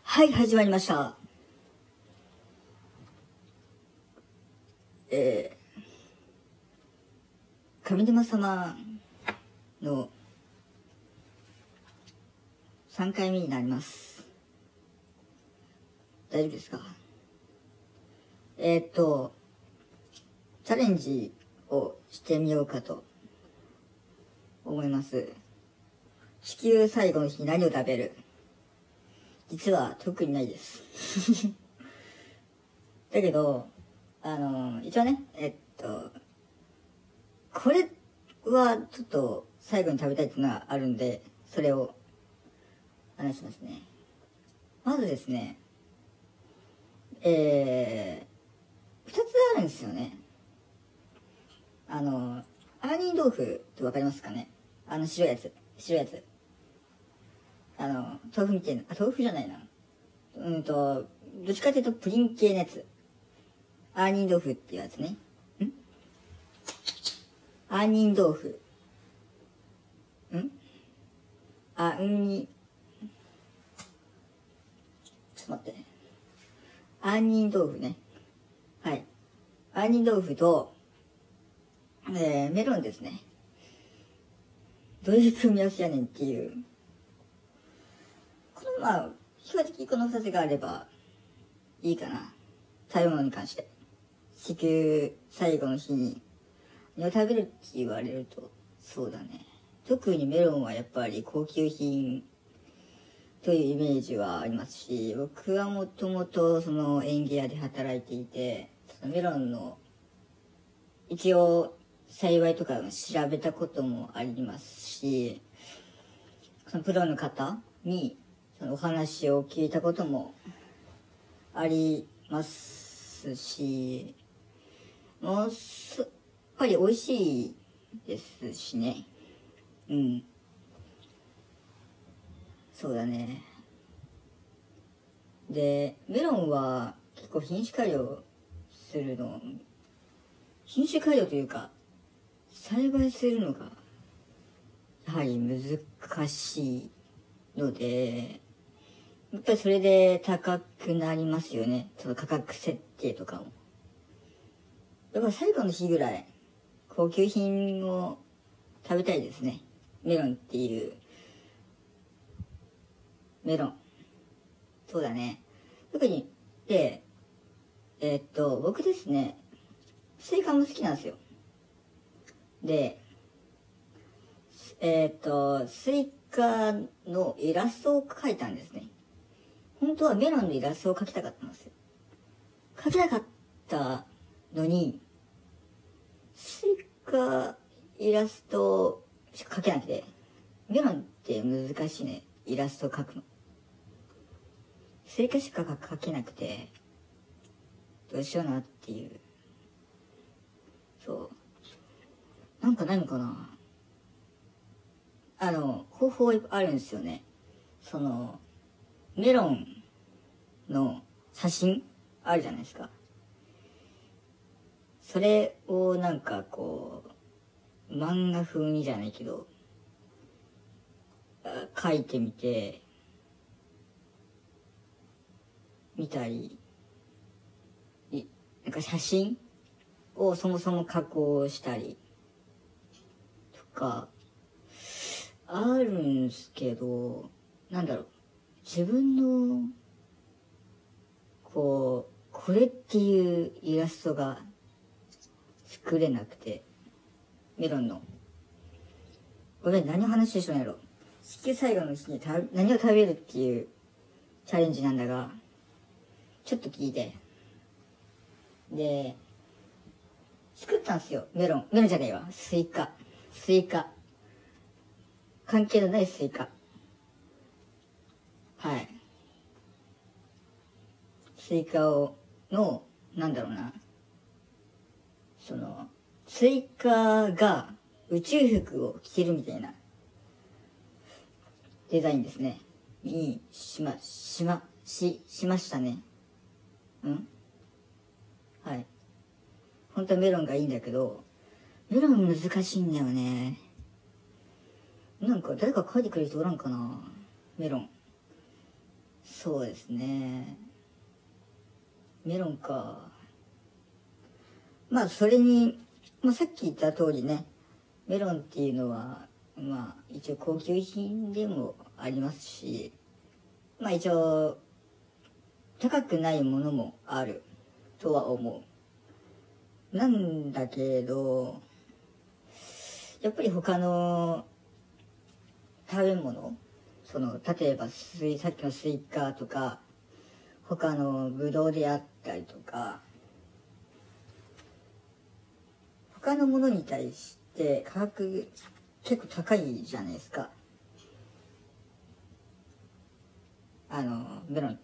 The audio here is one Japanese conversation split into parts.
はい、始まりました。上沼様の3回目になります。大丈夫ですか？チャレンジをしてみようかと思います。地球最後の日に何を食べる？実は特にないです。だけど、一応ね、これはちょっと最後に食べたいっていうのがあるんで、それを話しますね。まずですね、2つあるんですよね。アーニン豆腐ってわかりますかね？白いやつ。豆腐みたいな、豆腐じゃないな。どっちかというとプリン系のやつ。アーニン豆腐っていうやつね。アーニン豆腐。ちょっと待って。アーニン豆腐ね。はい。アーニン豆腐と、メロンですね。どういう組み合わせやねんっていう。比較的この2つがあればいいかな。食べ物に関して。地球最後の日に何を食べるって言われると、そうだね。特にメロンはやっぱり高級品というイメージはありますし、僕はもともとその園芸屋で働いていて、そのメロンの一応栽培とか調べたこともありますし、そのプロの方にそのお話を聞いたこともありますし、やっぱり美味しいですしね。そうだね。で、メロンは結構品種改良というか、栽培するのがやはり難しいので、やっぱりそれで高くなりますよね。その価格設定とかも。だから最後の日ぐらい高級品を食べたいですね。メロンっていう。メロン。そうだね。特に、僕ですね、スイカも好きなんですよ。で、スイカのイラストを描いたんですね。本当はメロンのイラストを描きたかったんですよ。描きたかったのに、スイカイラストしか描けなくて、メロンって難しいね、イラスト描くの。スイカしか描けなくて、どうしようなっていう。そう。なんかないのかな？方法あるんですよね。その、メロンの写真あるじゃないですか。それをなんかこう、漫画風にじゃないけど、描いてみて、みたり、なんか写真をそもそも加工したり、とか、あるんすけど、なんだろう、自分の、これっていうイラストが作れなくて、メロンの。ごめん、何を話してしまうんやろ。地球最後の日に何を食べるっていうチャレンジなんだが、ちょっと聞いて。で、作ったんすよ、メロンじゃねえわ、スイカ。関係のないスイカ。はい。スイカなんだろうな。スイカが宇宙服を着てるみたいなデザインですね。しましたね。はい。本当はメロンがいいんだけど、メロン難しいんだよね。なんか誰か書いてくれる人おらんかな？メロン。 そうですね。メロンか。まあそれに、まあ、さっき言った通りね、メロンっていうのはまあ一応高級品でもありますし、まあ一応高くないものもあるとは思う。なんだけど、やっぱり他の食べ物、例えばさっきのスイカとか、他のブドウであったりとか、他のものに対して価格結構高いじゃないですか。メロンって。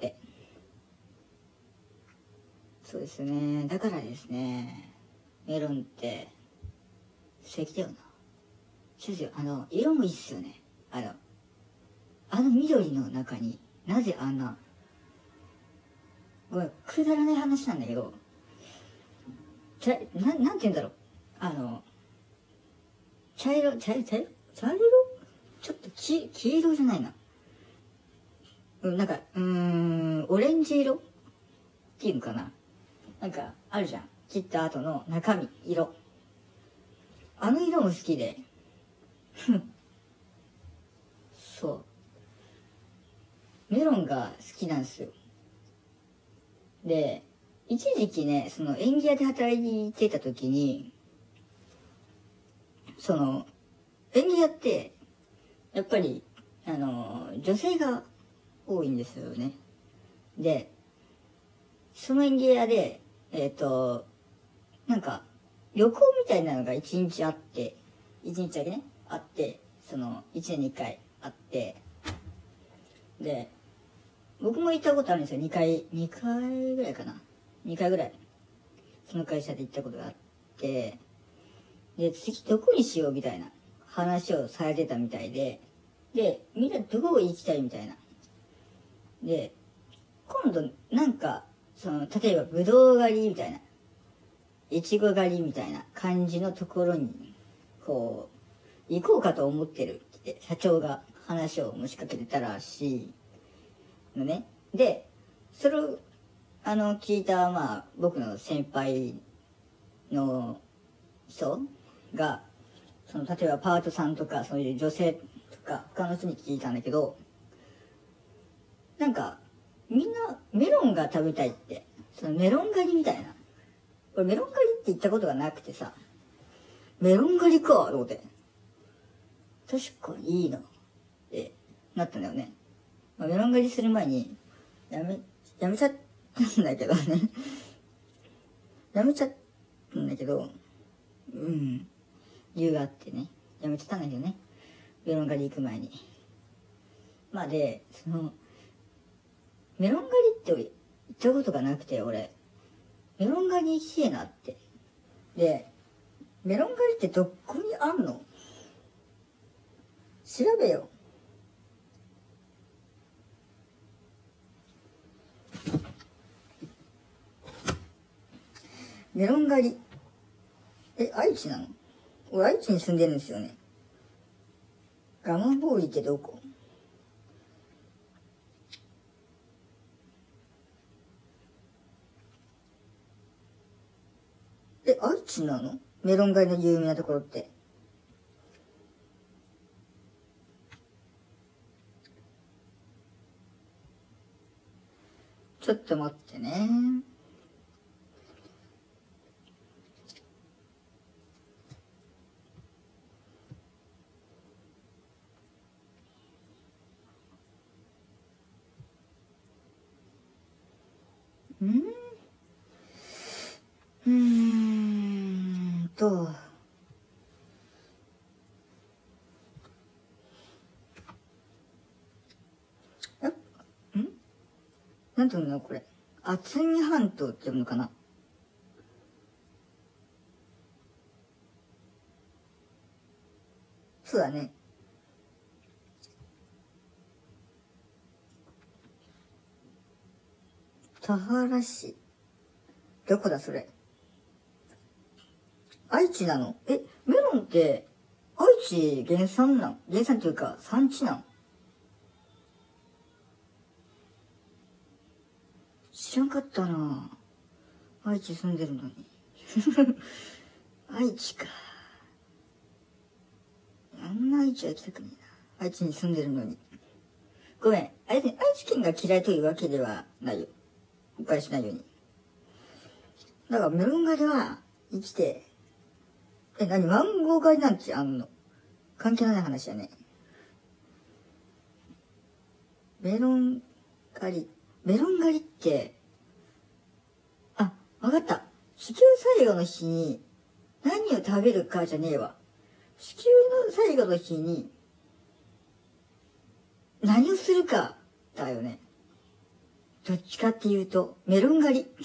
そうですね。だからですね、メロンって素敵だよな。そうですよ。色もいいっすよね。緑の中になぜあんな、ごめん、くだらない話なんだけど、なんて言うんだろう。茶色ちょっと黄色じゃないな。なんか、オレンジ色っていうのかな。なんか、あるじゃん。切った後の中身、色。あの色も好きで。そう。メロンが好きなんですよ。で、一時期ね、園芸屋で働いてた時に、園芸屋って、やっぱり、女性が多いんですよね。で、その園芸屋で、なんか、旅行みたいなのが一日あって、一日だけね、あって、一年に一回あって、で、僕も行ったことあるんですよ。2回ぐらいかな。2回ぐらい。その会社で行ったことがあって、で、次どこにしようみたいな話をされてたみたいで、で、みんなどこ行きたいみたいな。で、今度なんか、例えばぶどう狩りみたいな、いちご狩りみたいな感じのところに、こう、行こうかと思ってるって社長が話を持ちかけてたらしいのね。で、それを、聞いた、まあ、僕の先輩の人が、例えばパートさんとか、そういう女性とか、他の人に聞いたんだけど、なんか、みんなメロンが食べたいって、メロン狩りみたいな。俺メロン狩りって言ったことがなくてさ、メロン狩りかと思って。確かにいいなってなったんだよね。まあ、メロン狩りする前に、やめちゃったんだけどね。やめちゃったんだけど、理由があってね。やめちゃったんだけどね。メロン狩り行く前に。まあで、メロン狩りって行ったことがなくて、俺。メロン狩り行きてえなって。で、メロン狩りってどこにあんの？調べよ。メロン狩り。愛知なの？俺愛知に住んでるんですよね。蒲郡ってどこ？愛知なの？メロン狩りの有名なところって。ちょっと待ってね。と、なんていうのこれ。渥美半島っていうのかな。そうだね。田原市。どこだそれ。愛知なの？メロンって愛知原産っていうか産地なん？ 知らんかったな。愛知住んでるのに。愛知か。あんな愛知は行きたくねえな。愛知に住んでるのに。ごめん。愛知県が嫌いというわけではないよ。誤解しないように。だからメロン狩りは生きて、何マンゴー狩りなんてあんの？関係ない話やね。メロン狩りって、あ、わかった。地球最後の日に何を食べるかじゃねえわ。地球の最後の日に何をするかだよね。どっちかっていうと、メロン狩り。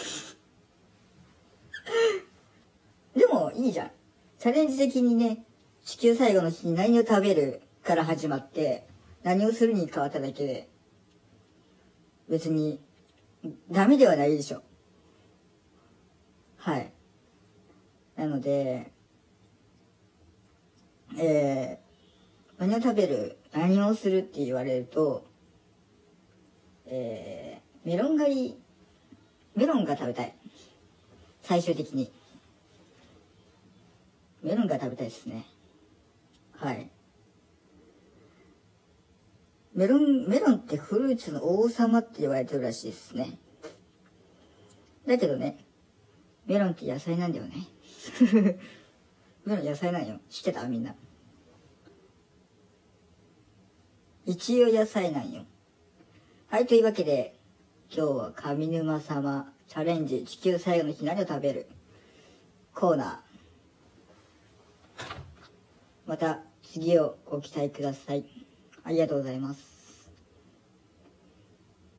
でもいいじゃん。チャレンジ的にね、地球最後の日に何を食べるから始まって、何をするに変わっただけで、別にダメではないでしょ。はい。なので、何を食べる、何をするって言われると、メロン狩り、メロンが食べたい。最終的に。メロンが食べたいですね。はい。メロンってフルーツの王様って言われてるらしいですね。だけどね、メロンって野菜なんだよね。メロン野菜なんよ。知ってた？みんな。一応野菜なんよ。はい、というわけで、今日は上沼様チャレンジ地球最後の日何を食べるコーナー。また次をご期待ください。ありがとうございます。